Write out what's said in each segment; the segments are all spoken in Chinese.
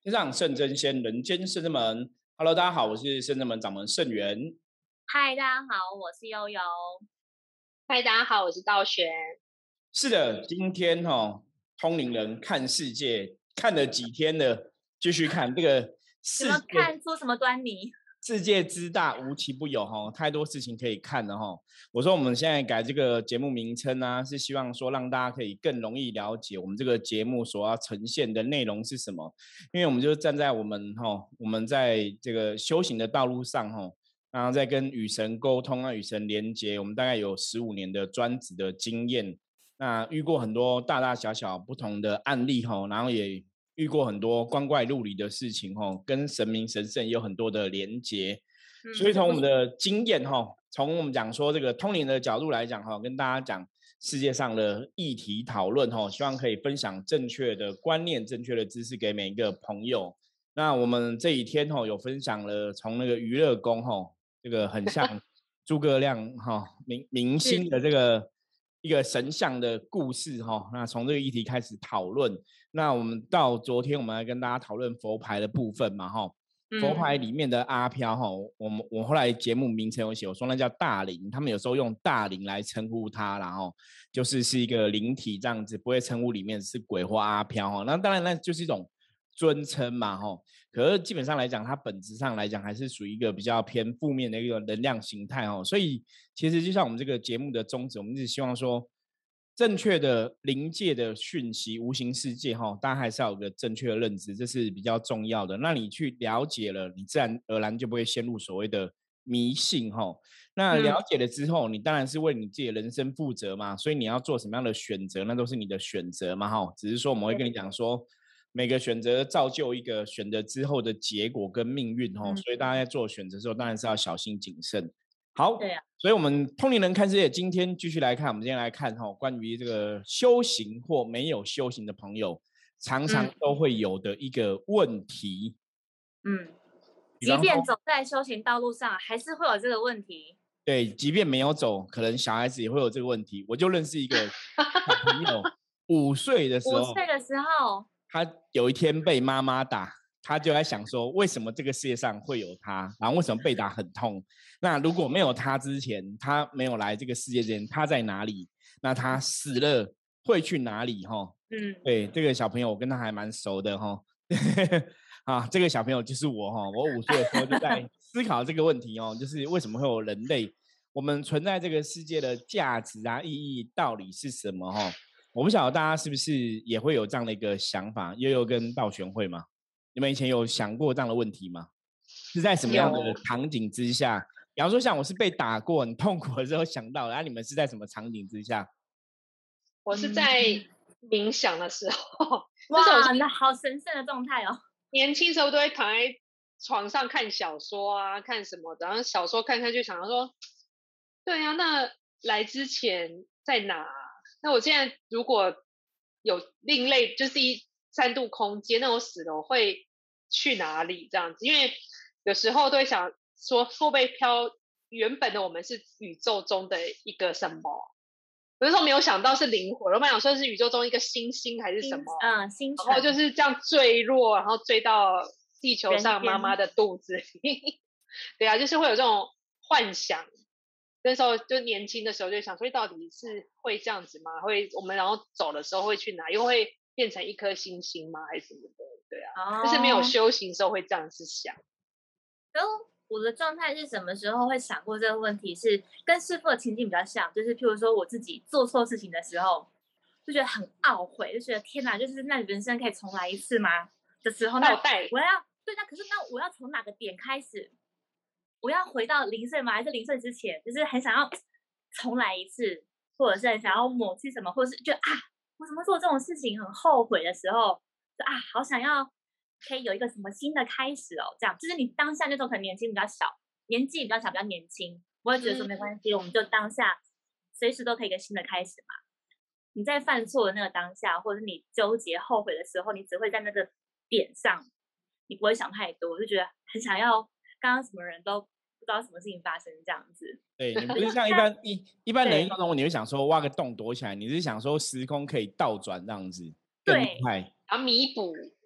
天上圣真仙，人间圣真门。Hello，大家好，我是圣真门掌门圣元。 嗨，大家好，我是悠悠。 嗨，大家好，我是道玄。 是的，今天通灵人看世界看了几天了，继续看这个有没有看出什么端倪？ 世界之大，无奇不有太多事情可以看的我说我们现在改这个节目名称啊，是希望说让大家可以更容易了解我们这个节目所要呈现的内容是什么。因为我们就站在我们在这个修行的道路上然后在跟与神沟通啊，与神连接，我们大概有15年的专职的经验，那遇过很多大大小小不同的案例然后也遇过很多光怪陆离的事情跟神明神圣有很多的连结，所以从我们的经验从我们讲说这个通灵的角度来讲跟大家讲世界上的议题讨论希望可以分享正确的观念、正确的知识给每一个朋友。那我们这几天有分享了从那个娱乐宫这个很像诸葛亮明星的这个一个神像的故事那从这个议题开始讨论。那我们到昨天我们来跟大家讨论佛牌的部分嘛佛牌里面的阿飘我后来节目名称有写，我说那叫大灵，他们有时候用大灵来称呼它，然后就是一个灵体这样子，不会称呼里面是鬼或阿飘那当然那就是一种尊称嘛可是基本上来讲，它本质上来讲还是属于一个比较偏负面的一个能量形态所以其实就像我们这个节目的宗旨，我们是希望说正确的灵界的讯息，无形世界大家还是要有个正确的认知，这是比较重要的。那你去了解了，你自然而然就不会陷入所谓的迷信那了解了之后，你当然是为你自己的人生负责嘛，所以你要做什么样的选择，那都是你的选择嘛只是说我们会跟你讲说，每个选择造就一个选择之后的结果跟命运所以大家在做选择的时候，当然是要小心谨慎。好， 对啊， 所以我们通灵人看世界今天继续来看，我们今天来看关于这个修行或没有修行的朋友常常都会有的一个问题。 即便走在修行道路上，还是会有这个问题。 对，即便没有走，可能小孩子也会有这个问题。我就认识一个小朋友，5岁的时候他有一天被妈妈打，他就在想说，为什么这个世界上会有他？然后为什么被打很痛？那如果没有他之前，他没有来这个世界之前，他在哪里？那他死了会去哪里？对，这个小朋友我跟他还蛮熟的这个小朋友就是我我5岁的时候就在思考这个问题就是为什么会有人类？我们存在这个世界的价值啊、意义到底是什么我不晓得大家是不是也会有这样的一个想法，悠悠跟道玄会吗？你们以前有想过这样的问题吗？是在什么样的场景之下？比方说像我是被打过很痛苦的时候想到的，你们是在什么场景之下？ 我是在冥想的时候。 哇，那好神圣的状态哦。 年轻时候都会躺在床上看小说啊，看什么的，然后小说看看就想到说，对啊，那来之前在哪？那我现在如果有另类，就是3度空间，那我死了我会去哪里？这样子，因为有时候都会想说，会不会飘？原本的我们是宇宙中的一个什么？有时候没有想到是灵魂，我本来想说是宇宙中一个星星还是什么， 星辰， 然后就是这样坠落，然后坠到地球上妈妈的肚子里。对啊，就是会有这种幻想。那时候就年轻的时候就想说，到底是会这样子吗？我们然后走的时候会去哪？又会变成一颗星星吗？还是什么的？对啊，就是没有修行的时候会这样子想。 然后我的状态是什么时候会想过这个问题？是跟师父的情境比较像，就是譬如说我自己做错事情的时候，就觉得很懊悔，就觉得天哪，就是那人生可以重来一次吗？的时候，那我要对，那可是那我要从哪个点开始？我要回到0岁吗？还是0岁之前？就是很想要重来一次，或者是很想要抹去什么，或者是觉得我怎么做这种事情很后悔的时候，就好想要可以有一个什么新的开始这样就是你当下那种可能年纪比较小，年纪比较小，比较年轻，我会觉得说没关系，我们就当下随时都可以一个新的开始嘛。你在犯错的那个当下，或者是你纠结后悔的时候，你只会在那个点上，你不会想太多，我就觉得很想要，刚刚什么人都不知道什么事情发生这样子。 对，你不是像一般人遇到你会想说挖个洞躲起来，你是想说时空可以倒转这样子，更厉害， 然后弥补。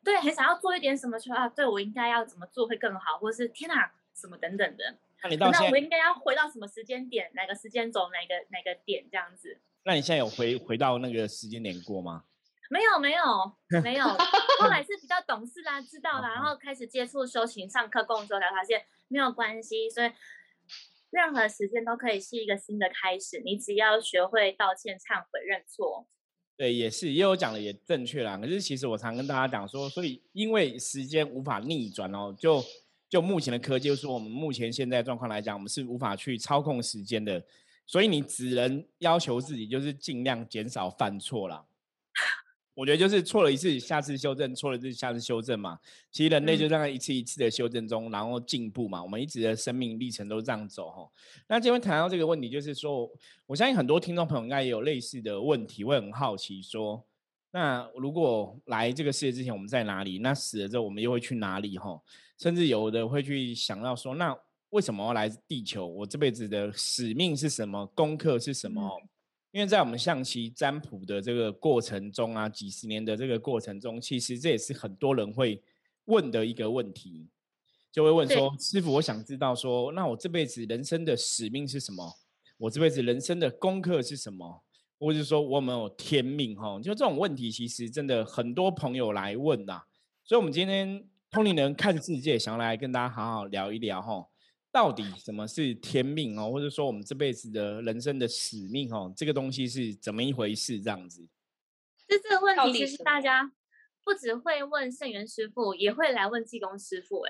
对，很想要做一点什么，说啊，对我应该要怎么做会更好，或是天哪，什么等等的。 那你到现在， 那我应该要回到什么时间点，哪个时间轴，哪个点这样子？ 那你现在有回到那个时间点过吗？ 没有，后来是比较懂事啦，知道啦，然后开始接触修行、上课、共修，才发现没有关系，所以任何时间都可以是一个新的开始，你只要学会道歉、忏悔、认错。 对，也是，也有讲的也正确啦。可是其实我常跟大家讲说，所以因为时间无法逆转哦，就目前的科技，就是说我们目前现在状况来讲，我们是无法去操控时间的，所以你只能要求自己，就是尽量减少犯错啦。我觉得就是错了一次，下次修正；错了一次，下次修正嘛。其实人类就这样一次一次的修正中，然后进步嘛。我们一直的生命历程都是这样走哈。那今天谈到这个问题，就是说，我相信很多听众朋友应该也有类似的问题，会很好奇说，那如果来这个世界之前我们在哪里？那死了之后我们又会去哪里？哈，甚至有的会去想到说，那为什么要来地球？我这辈子的使命是什么？功课是什么？因为在我们象棋占卜的这个过程中啊，几十年的这个过程中，其实这也是很多人会问的一个问题，就会问说：师父，我想知道说，那我这辈子人生的使命是什么？我这辈子人生的功课是什么？或者是说我有没有天命？哈，就这种问题，其实真的很多朋友来问呐。所以，我们今天通灵人看世界，想要来跟大家好好聊一聊哈。到底什么是天命哦，或者说我们这辈子的人生的使命哦，这个东西是怎么一回事？这样子， 就这个问题，其实大家不只会问圣元师傅，也会来问济公师傅。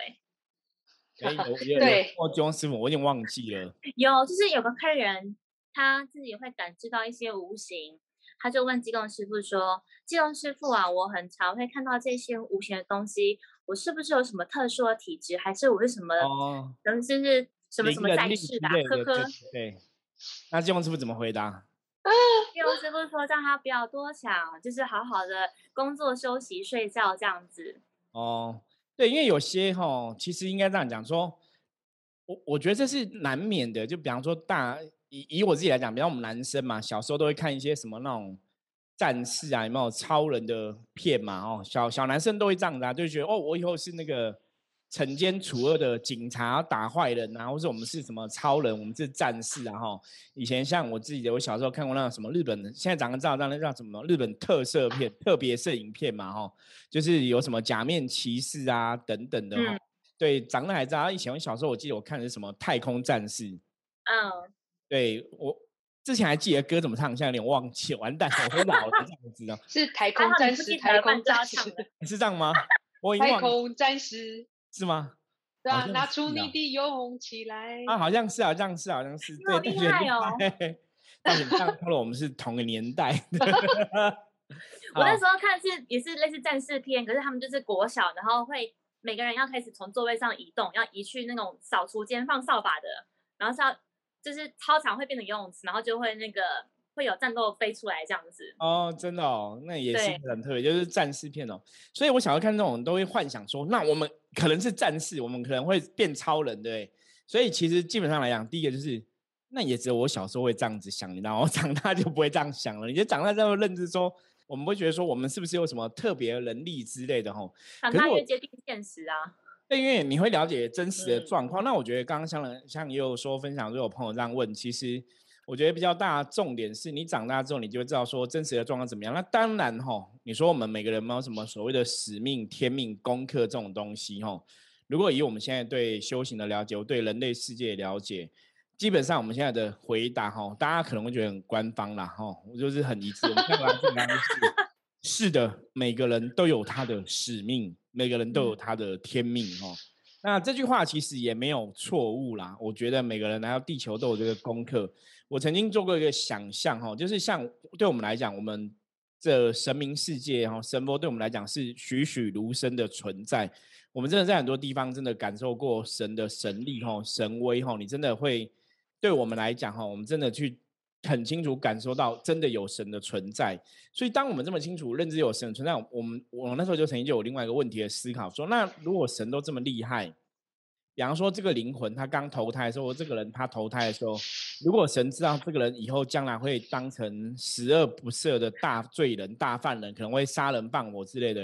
对，济公师傅，我有点忘记了。 有，就是有个客人，他自己会感知到一些无形，他就问济公师傅说：“济公师傅啊，我很常会看到这些无形的东西。”我是不是有什么特殊的体质，还是我是什么？可能是什么在世的？科科。 对。那济公师傅怎么回答？ 济公师傅说让他不要多想，就是好好的工作、休息、睡觉这样子。 哦，对，因为有些其实应该这样讲说，我觉得这是难免的。就比方说以我自己来讲，比方我们男生嘛，小时候都会看一些什么那种。战士啊，有没有超人的片嘛？哦，小男生都会这样子啊，就觉得哦，我以后是那个惩奸除恶的警察，打坏人啊，或者我们是什么超人，我们是战士啊。哈，以前像我自己的，我小时候看过那个什么日本的，现在长得知道那叫什么日本特摄片、特别摄影片嘛。哈，就是有什么假面骑士啊等等的。哈，对，长得还知道。以前我小时候我记得我看的是什么太空战士。对我。之前还记得歌怎么唱，现在有点忘记，完蛋，我会老了这样子的。 是太空战士，太空战士， 是这样吗？我太空战士是吗？ 对啊，拿出你的勇气来啊，好像是。 你好厉害哦！ 但是这样看了，我们是同个年代。 我那时候看也是类似战士片，可是他们就是国小，然后会每个人要开始从座位上移动，要移去那种扫除间放扫把的，然后是要。就是操场会变成游泳池，然后就会会有战斗飞出来这样子。 哦，真的哦，那也是很特别，就是战士片哦。所以我小时候看这种都会幻想说，那我们可能是战士，我们可能会变超人，对不对？所以其实基本上来讲，第一个就是，那也只有我小时候会这样子想，然后长大就不会这样想了。你就长大之后认知说，我们会觉得说，我们是不是有什么特别的能力之类的吼？ 长大越接近现实啊。 对，因为你会了解真实的状况。那我觉得刚刚像也有说分享，就有朋友这样问，其实我觉得比较大的重点是你长大之后，你就会知道说真实的状况怎么样。那当然你说我们每个人没有什么所谓的使命、天命、功课这种东西如果以我们现在对修行的了解，我对人类世界的了解，基本上我们现在的回答大家可能会觉得很官方啦我就是很一致。我们看来是的，每个人都有他的使命，每个人都有他的天命那这句话其实也没有错误啦。我觉得每个人来到地球都有这个功课。我曾经做过一个想象就是像对我们来讲，我们这神明世界神佛对我们来讲是栩栩如生的存在。我们真的在很多地方真的感受过神的神力神威你真的会对我们来讲我们真的去很清楚感受到真的有神的存在。所以当我们这么清楚认知有神的存在，我那时候就曾经就有另外一个问题的思考说，那如果神都这么厉害，比方说这个灵魂他刚投胎的时候，这个人他投胎的时候，如果神知道这个人以后将来会当成十恶不赦的大罪人、大犯人，可能会杀人放火之类的，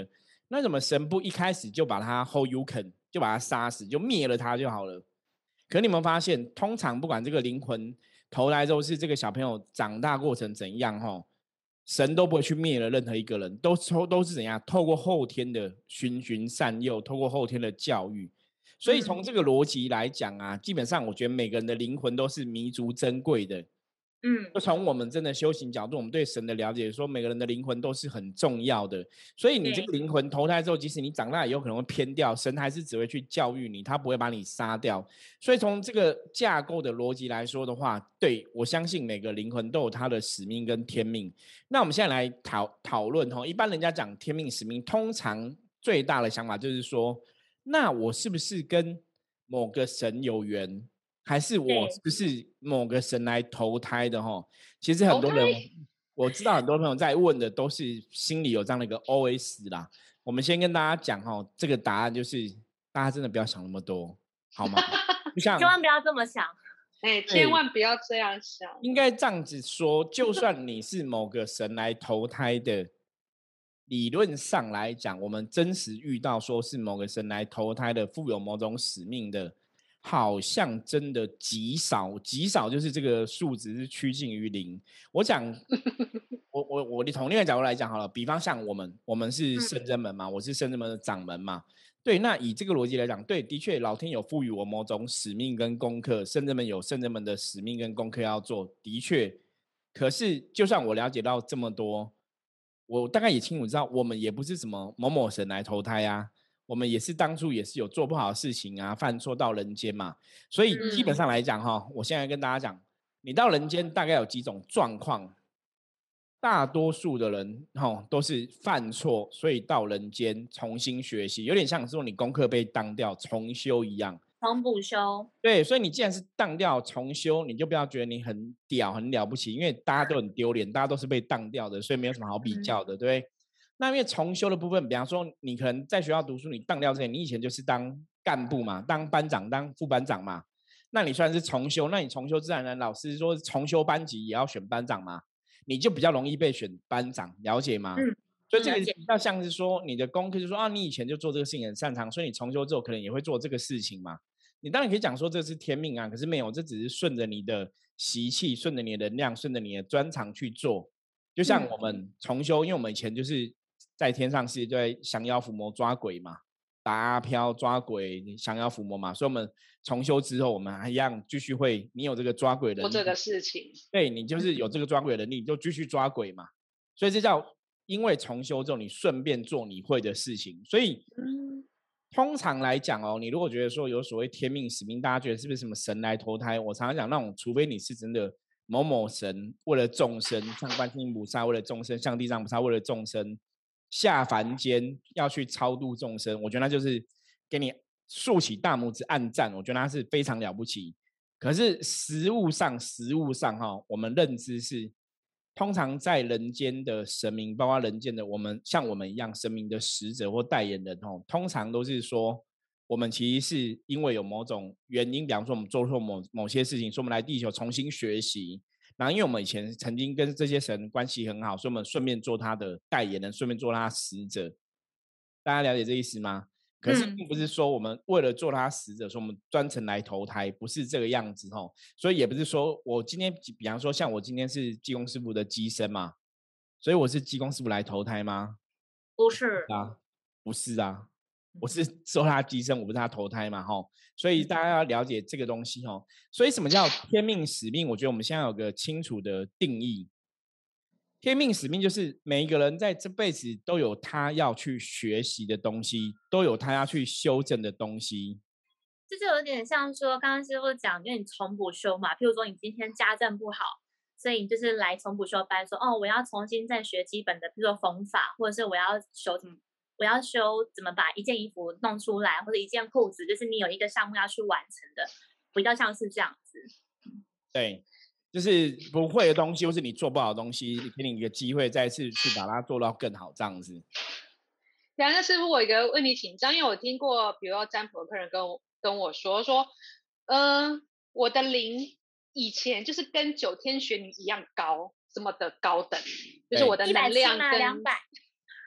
那怎么神不一开始就把他 hold you can 就把他杀死，就灭了他就好了？可你有没有发现，通常不管这个灵魂投来之后是这个小朋友长大过程怎样，神都不会去灭了任何一个人，都是怎样？透过后天的循循善诱，透过后天的教育。所以从这个逻辑来讲啊，基本上我觉得每个人的灵魂都是弥足珍贵的。就从我们真的修行角度，我们对神的了解，说每个人的灵魂都是很重要的。所以你这个灵魂投胎之后，即使你长大也有可能会偏掉，神还是只会去教育你，他不会把你杀掉。所以从这个架构的逻辑来说的话，对，我相信每个灵魂都有他的使命跟天命。那我们现在来讨论一般人家讲天命使命，通常最大的想法就是说，那我是不是跟某个神有缘？还是我是不是某个神来投胎的其实很多人，我知道很多朋友在问的都是心里有这样的一个 OS 啦。我们先跟大家讲这个答案就是大家真的不要想那么多，好吗？就像千万不要这么想， 千万不要这样想。 应该这样子说，就算你是某个神来投胎的，理论上来讲，我们真实遇到说是某个神来投胎的，富有某种使命的。好像真的极少，极少就是这个数值是趋近于零。我讲，我从另外角度来讲好了，比方像我们是圣真门嘛，我是圣真门的掌门嘛，对，那以这个逻辑来讲，对，的确老天有赋予我某种使命跟功课，圣真门有圣真门的使命跟功课要做，的确。可是就算我了解到这么多，我大概也清楚知道，我们也不是什么某某神来投胎啊。我们也是当初也是有做不好的事情啊，犯错到人间嘛，所以基本上来讲我现在跟大家讲，你到人间大概有几种状况，大多数的人都是犯错，所以到人间重新学习，有点像说你功课被当掉重修一样， 重补修。 对，所以你既然是当掉重修，你就不要觉得你很屌很了不起，因为大家都很丢脸，大家都是被当掉的，所以没有什么好比较的，对不对？那因为重修的部分，比方说你可能在学校读书，你当掉之前，你以前就是当干部嘛，当班长、当副班长嘛。那你虽然是重修，那你重修自然而然老师说重修班级也要选班长嘛，你就比较容易被选班长，了解吗？所以这个比较像是说你的功课就说你以前就做这个事情很擅长，所以你重修之后可能也会做这个事情嘛。你当然可以讲说这是天命啊，可是没有，这只是顺着你的习气，顺着你的能量，顺着你的专长去做。就像我们重修，因为我们以前就是在天上是在降妖伏魔抓鬼嘛，打阿飘抓鬼降妖伏魔嘛，所以我们重修之后，我们还一样继续会，你有这个抓鬼的能力， 做这个事情， 对，你就是有这个抓鬼的能力，你就继续抓鬼嘛。所以这叫因为重修之后，你顺便做你会的事情。所以通常来讲你如果觉得说有所谓天命使命，大家觉得是不是什么神来投胎？我常常讲那种，除非你是真的某某神为了众生，像观世音菩萨为了众生，像地藏菩萨为了众生下凡间要去超度众生，我觉得那就是给你竖起大拇指按赞，我觉得那是非常了不起。可是实物上我们认知是通常在人间的神明，包括人间的像我们一样神明的使者或代言人通常都是说我们其实是因为有某种原因，比方说我们做错某些事情，所以我们来地球重新学习。然后因为我们以前曾经跟这些神关系很好，所以我们顺便做他的代言人，顺便做他的使者。大家了解这意思吗？可是并不是说我们为了做他使者，说我们专程来投胎，不是这个样子所以也不是说我今天，比方说像我今天是济公师傅的机身嘛，所以我是济公师傅来投胎吗？ 不是啊，不是啊，我是受他机身，我不是他投胎嘛所以大家要了解这个东西所以什么叫天命使命？我觉得我们现在有个清楚的定义。天命使命就是每一个人在这辈子都有他要去学习的东西，都有他要去修正的东西。 这就有点像说刚刚师傅讲，因为你重补修嘛，譬如说你今天家政不好，所以你就是来重补修班说我要重新再学基本的，譬如说缝法，或者是我要修怎么把一件衣服弄出来，或者一件裤子，就是你有一个项目要去完成的，比较像是这样子。 对，就是不会的东西，或是你做不好的东西，给你一个机会，再次去把它做到更好，这样子。 对啊，那师傅我有一个问题请教，因为我听过，比如说占卜的客人跟我说，我的灵以前就是跟9天玄女一样高，这么的高等，就是我的能量跟 170吗？200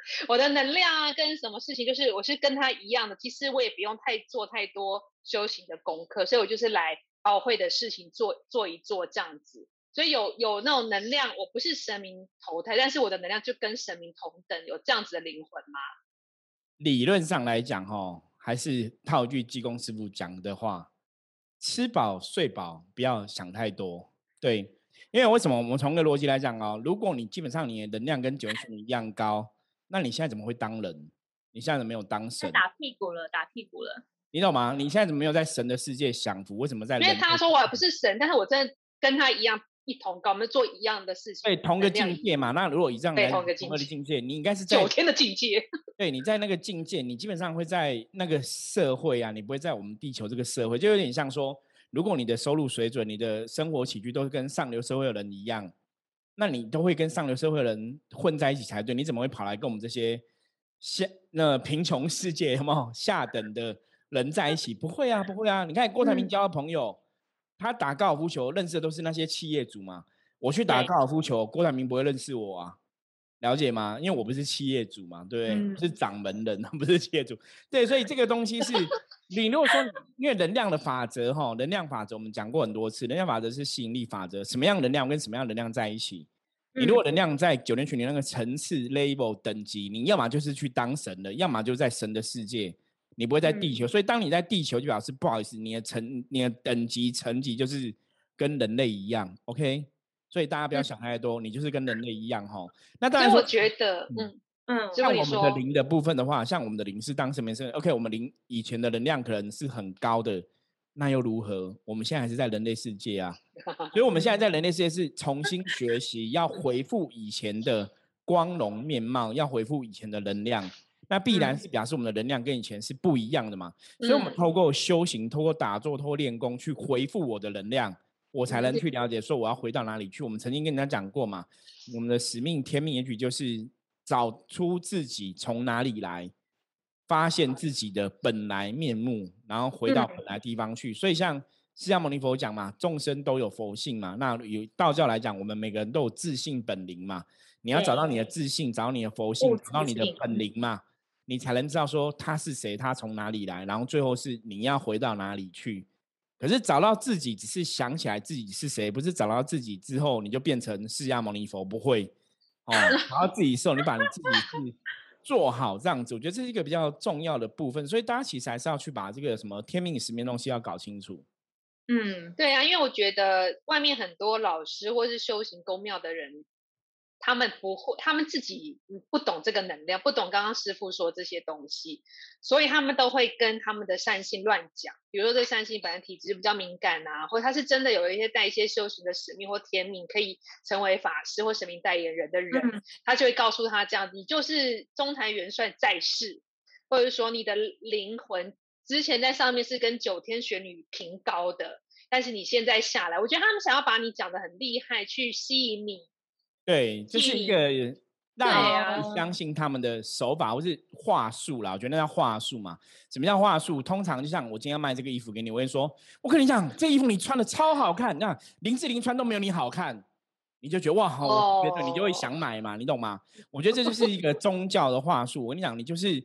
我的能量啊，跟什么事情，就是我是跟他一样的。其实我也不用做太多修行的功课，所以我就是来把我会的事情做一做这样子。所以有那种能量，我不是神明投胎，但是我的能量就跟神明同等，有这样子的灵魂吗？ 理论上来讲，还是套句济公师傅讲的话，吃饱睡饱，不要想太多。对，因为为什么？我们从个逻辑来讲哦，如果你基本上你的能量跟九元玄女一样高，那你现在怎么会当人？你现在怎么没有当神？ 打屁股了，打屁股了。 你懂吗？你现在怎么没有在神的世界享福？为什么在人？ 因为他说我不是神，但是我真的跟他一样一同高，我们做一样的事情， 对，同个境界嘛。那如果以这样来同个境界，你应该是在 9天的境界。 对，你在那个境界，你基本上会在那个社会啊，你不会在我们地球这个社会，就有点像说，如果你的收入水准、你的生活起居都是跟上流社会的人一样，那你都会跟上流社会的人混在一起才对。你怎么会跑来跟我们这些贫穷世界有没有下等的人在一起？不会啊，不会啊！你看郭台铭交的朋友，他打高尔夫球认识的都是那些企业主嘛。我去打高尔夫球，郭台铭不会认识我啊。了解吗？因为我不是企业主嘛，对不对？我是掌门人，不是企业主。对，所以这个东西是你如果说，因为能量的法则能量法则我们讲过很多次，能量法则是吸引力法则，什么样能量跟什么样能量在一起，你如果能量在九天玄女那个层次 level 等级，你要么就是去当神的，要么就在神的世界，你不会在地球。所以当你在地球，就表示不好意思，你的等级层级就是跟人类一样 ，OK？所以大家不要想太多，你就是跟人类一样哈。那当然说， 所以我觉得， 像我们的灵的部分的话，像我们的灵是当什么是 OK？我们灵以前的能量可能是很高的，那又如何？我们现在还是在人类世界啊，所以我们现在在人类世界是重新学习，要恢复以前的光荣面貌，要恢复以前的能量。那必然是表示我们的能量跟以前是不一样的嘛。所以我们透过修行，透过打坐，透过练功去恢复我的能量。我才能去了解说我要回到哪里去。我们曾经跟人家讲过嘛，我们的使命天命也许就是找出自己从哪里来，发现自己的本来面目，然后回到本来地方去。所以像释迦牟尼佛讲嘛，众生都有佛性嘛。那有道教来讲，我们每个人都有自性本灵嘛。你要找到你的自性，找到你的佛性，找到你的本灵嘛，你才能知道说他是谁，他从哪里来，然后最后是你要回到哪里去。可是找到自己只是想起来自己是谁，不是找到自己之后你就变成释迦牟尼佛，不会找到自己的时候，你把你自己是做好这样子，我觉得这是一个比较重要的部分，所以大家其实还是要去把这个什么天命使命东西要搞清楚。 对啊，因为我觉得外面很多老师或是修行宫庙的人，他们不会，他们自己不懂这个能量，不懂刚刚师父说这些东西，所以他们都会跟他们的善信乱讲。比如说这善信本来体质比较敏感啊，或者他是真的有一些带一些修行的使命或天命，可以成为法师或神明代言人的人，他就会告诉他这样，你就是中坛元帅在世，或者说你的灵魂之前在上面是跟9天玄女平高的，但是你现在下来，我觉得他们想要把你讲得很厉害，去吸引你。 对，这是一个让你相信他们的手法或是话术啦。我觉得那叫话术嘛。什么叫话术？通常就像我今天要卖这个衣服给你，我会说，我跟你讲，这衣服你穿的超好看，那林志玲穿都没有你好看，你就觉得哇，好，觉得你就会想买嘛，你懂吗？我觉得这就是一个宗教的话术。我跟你讲，你就是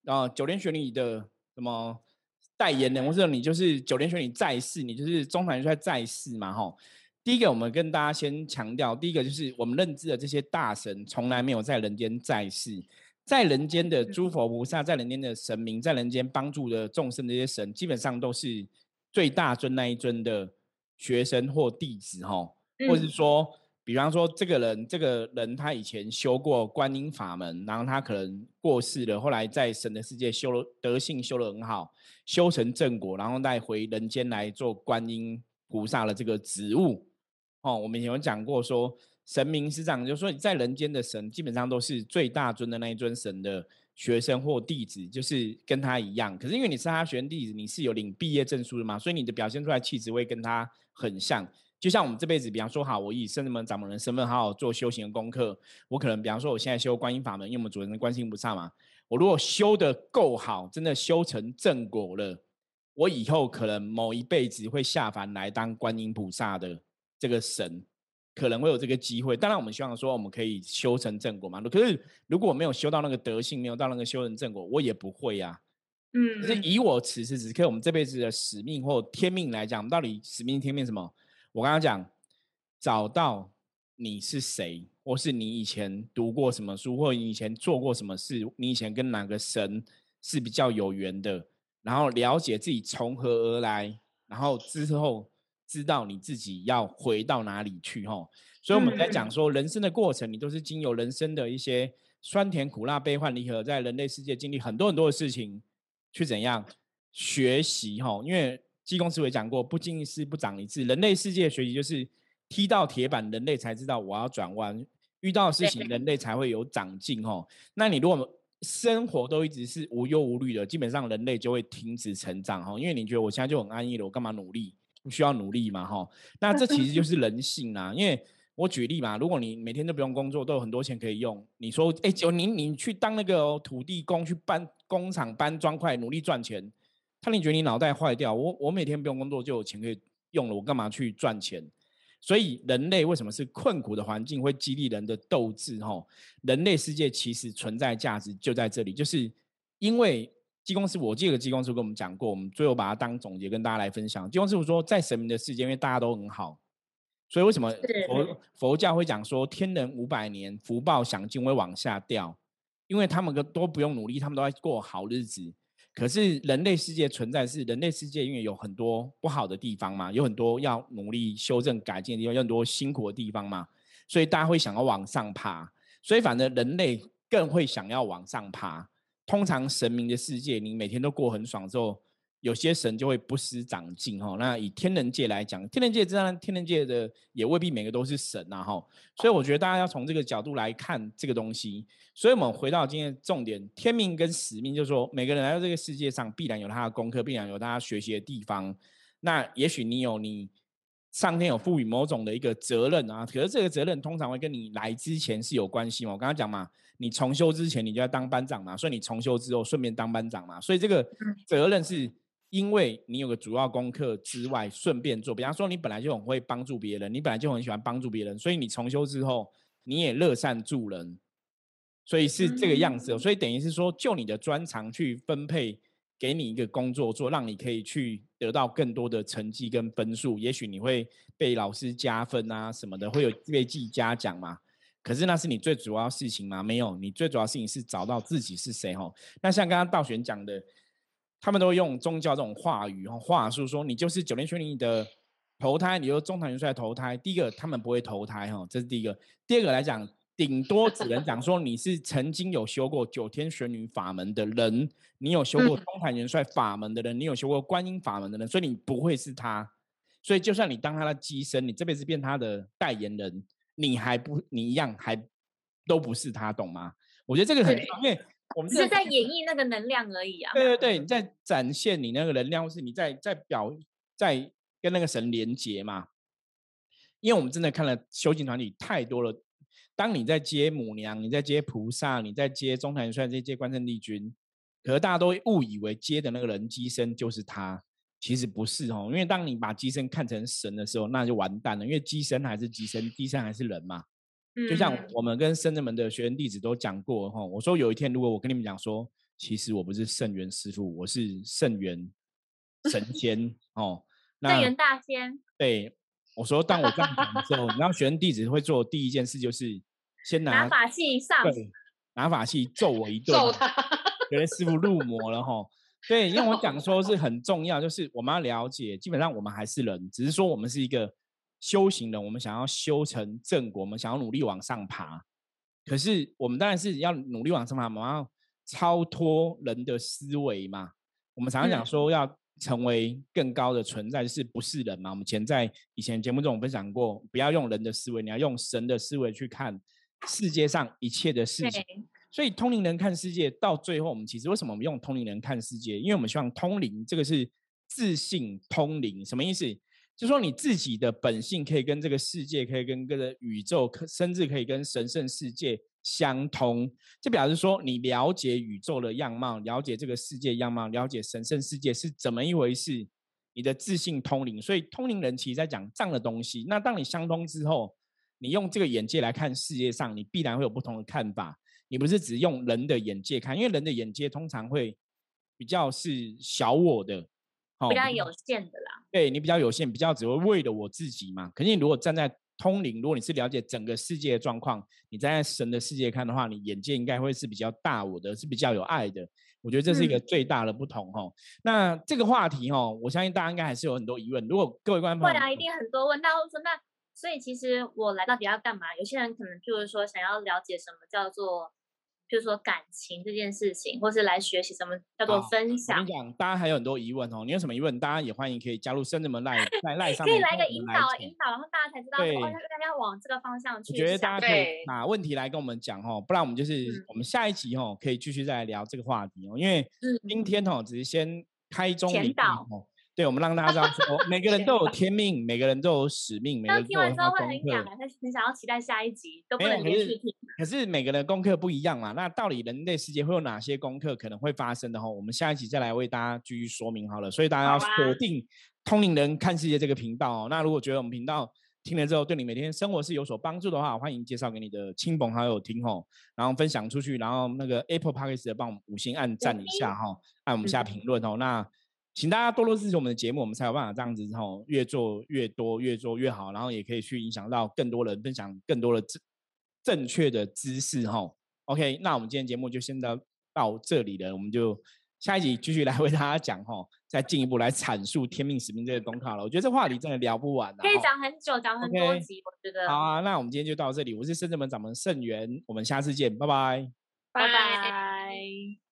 9天玄女的什么代言人，或者你就是9天玄女在世，你就是中坛元帅在世嘛，吼。第一个，我们跟大家先强调，第一个就是我们认知的这些大神从来没有在人间在世，在人间的诸佛菩萨，在人间的神明，在人间帮助的众生的这些神，基本上都是最大尊那一尊的学生或弟子，或者是说，比方说这个人他以前修过观音法门，然后他可能过世了，后来在神的世界德性修得很好，修成正果，然后再回人间来做观音菩萨的这个职务。我们有讲过说，神明是这样，就是说你在人间的神基本上都是最大尊的那一尊神的学生或弟子，就是跟他一样。可是因为你是他学生弟子，你是有领毕业证书的嘛，所以你的表现出来气质会跟他很像。就像我们这辈子，比方说好，我以圣人掌门人身份好好做修行的功课，我可能比方说我现在修观音法门，因为我们主人的观世音菩萨嘛，我如果修得够好，真的修成正果了，我以后可能某一辈子会下凡来当观音菩萨的这个神， 可能会有这个机会。当然，我们希望说我们可以修成正果嘛。可是如果我没有修到那个德性，没有到那个修成正果，我也不会啊。可是以我此时此刻我们这辈子的使命或天命来讲，我们到底使命天命什么？我刚刚讲，找到你是谁，或是你以前读过什么书，或你以前做过什么事，你以前跟哪个神是比较有缘的，然后了解自己从何而来，然后之后知道你自己要回到哪里去。所以我们在讲说人生的过程，你都是经由人生的一些酸甜苦辣悲欢离合，在人类世界经历很多很多的事情，去怎样学习。因为济公师傅讲过，不经一事不长一智，人类世界学习就是踢到铁板，人类才知道我要转弯，遇到的事情人类才会有长进。那你如果生活都一直是无忧无虑的，基本上人类就会停止成长。因为你觉得我现在就很安逸了，我干嘛努力？不需要努力嘛。那这其实就是人性啊。因为我举例嘛，如果你每天都不用工作，都有很多钱可以用，你说你去当那个土地公，去搬工厂搬砖块，努力赚钱，他你觉得你脑袋坏掉？我每天不用工作就有钱可以用了，我干嘛去赚钱？所以人类为什么是困苦的环境会激励人的斗志？人类世界其实存在价值就在这里，就是因为济公师傅，我记得济公师傅跟我们讲过，我们最后把它当总结跟大家来分享。济公师傅说，在神明的世界，因为大家都很好，所以为什么佛教会讲说天人500年，福报享尽会往下掉？因为他们都不用努力，他们都在过好日子。可是人类世界存在是人类世界，因为有很多不好的地方嘛，有很多要努力修正改进的地方，有很多辛苦的地方嘛，所以大家会想要往上爬。所以反正人类更会想要往上爬。通常神明的世界，你每天都过很爽之后，有些神就会不思长进。那以天人界来讲，天人界当然天人界的也未必每个都是神啊。所以我觉得大家要从这个角度来看这个东西。所以我们回到今天的重点，天命跟使命，就是说每个人来到这个世界上，必然有他的功课，必然有他学习的地方。那也许你有你上天有赋予某种的一个责任啊，可是这个责任通常会跟你来之前是有关系嘛。我刚刚讲嘛，你重修之前你就要当班长嘛，所以你重修之后顺便当班长嘛，所以这个责任是因为你有个主要功课之外顺便做。比方说你本来就很会帮助别人，你本来就很喜欢帮助别人，所以你重修之后你也乐善助人，所以是这个样子。所以等于是说就你的专长去分配给你一个工作做，让你可以去得到更多的成绩跟分数。也许你会被老师加分啊什么的，会有被记嘉奖嘛。可是那是你最主要事情吗？没有，你最主要事情是找到自己是谁。那像刚刚道玄讲的，他们都用宗教这种话语话术说，你就是九天玄女的投胎，你就中坛元帅投胎。第一个，他们不会投胎，这是第一个。第二个来讲，顶多只能讲说你是曾经有修过九天玄女法门的人，你有修过中坛元帅法门的人，你有修过观音法门的人，所以你不会是他。所以就算你当他的机身，你这辈子变他的代言人，你一样还都不是他，懂吗？我觉得这个很重要，因为我们只是在演绎那个能量而已啊。 对对对，你在展现你那个能量，或是你在跟那个神连结嘛。因为我们真的看了修行团体太多了，当你在接母娘，你在接菩萨，你在接中坛元帅，在接关圣帝君，可是大家都误以为接的那个人机身就是他，其实不是。因为当你把机身看成神的时候，那就完蛋了，因为机身还是机身，机身还是人嘛。就像我们跟圣人们的学员弟子都讲过，我说有一天如果我跟你们讲说，其实我不是圣元师父，我是圣元神仙圣元大仙。 对，我说当我这样讲的时候，然后学员弟子会做的第一件事就是先拿法器上， 对，拿法器揍我一顿， 揍他， 觉得师父入魔了。对，因为我讲说是很重要，就是我们要了解，基本上我们还是人，只是说我们是一个修行人，我们想要修成正果，我们想要努力往上爬。可是我们当然是要努力往上爬，我们要超脱人的思维嘛。我们常常讲说要成为更高的存在，就是不是人嘛。我们以前节目中分享过，不要用人的思维，你要用神的思维去看世界上一切的事情。所以通灵人看世界，到最后我们其实为什么我们用通灵人看世界？因为我们希望通灵这个是自性通灵，什么意思？就是说你自己的本性可以跟这个世界，可以跟这个宇宙，甚至可以跟神圣世界相通。就表示说你了解宇宙的样貌，了解这个世界样貌，了解神圣世界是怎么一回事，你的自性通灵。所以通灵人其实在讲这样的东西。那当你相通之后， 你用这个眼界来看世界上，你必然会有不同的看法。你不是只用人的眼界看，因为人的眼界通常会比较是小我的， 比较有限的啦。 对，你比较有限，比较只会为了我自己嘛。可是你如果站在通灵，如果你是了解整个世界的状况，你站在神的世界看的话，你眼界应该会是比较大我的，是比较有爱的。我觉得这是一个最大的不同哦。那这个话题哦，我相信大家应该还是有很多疑问。如果各位观众朋友， 会啊，一定很多问。大家会说，那所以其实我来到底要干嘛？有些人可能就是说想要了解什么叫做，就是说感情这件事情，或是来学习什么叫做分享。 我跟你讲，大家还有很多疑问哦。你有什么疑问，大家也欢迎可以加入圣人们赖上可面， 以来个引导，然后大家才知道说，哦，大家要往这个方向去。 我觉得大家可以把问题来跟我们讲哦，不然我们就是我们下一集哦，可以继续再来聊这个话题哦。因为今天哦，只是先开宗明义哦。对，我们让大家知道说，每个人都有天命，每个人都有使命，每个人都有他的功课。 很想要期待下一集，都不能连续听。 可是每个人的功课不一样嘛，那到底人类世界会有哪些功课可能会发生的我们下一集再来为大家继续说明好了。所以大家要锁定通灵人看世界这个频道哦。那如果觉得我们频道听了之后对你每天生活是有所帮助的话，欢迎介绍给你的亲朋好友听然后分享出去，然后那个 Apple Podcast 帮我们5星按赞一下按我们下评论那请大家多多支持我们的节目，我们才有办法这样子越做越多，越做越好，然后也可以去影响到更多人，分享更多的正确的知识OK， 那我们今天节目就先到这里了，我们就下一集继续来为大家讲再进一步来阐述天命使命这个功课了。我觉得这话题真的聊不完可以讲很久，讲很多集，我觉得。 好啊，那我们今天就到这里，我是圣真门掌门盛元，我们下次见，拜拜， 拜拜。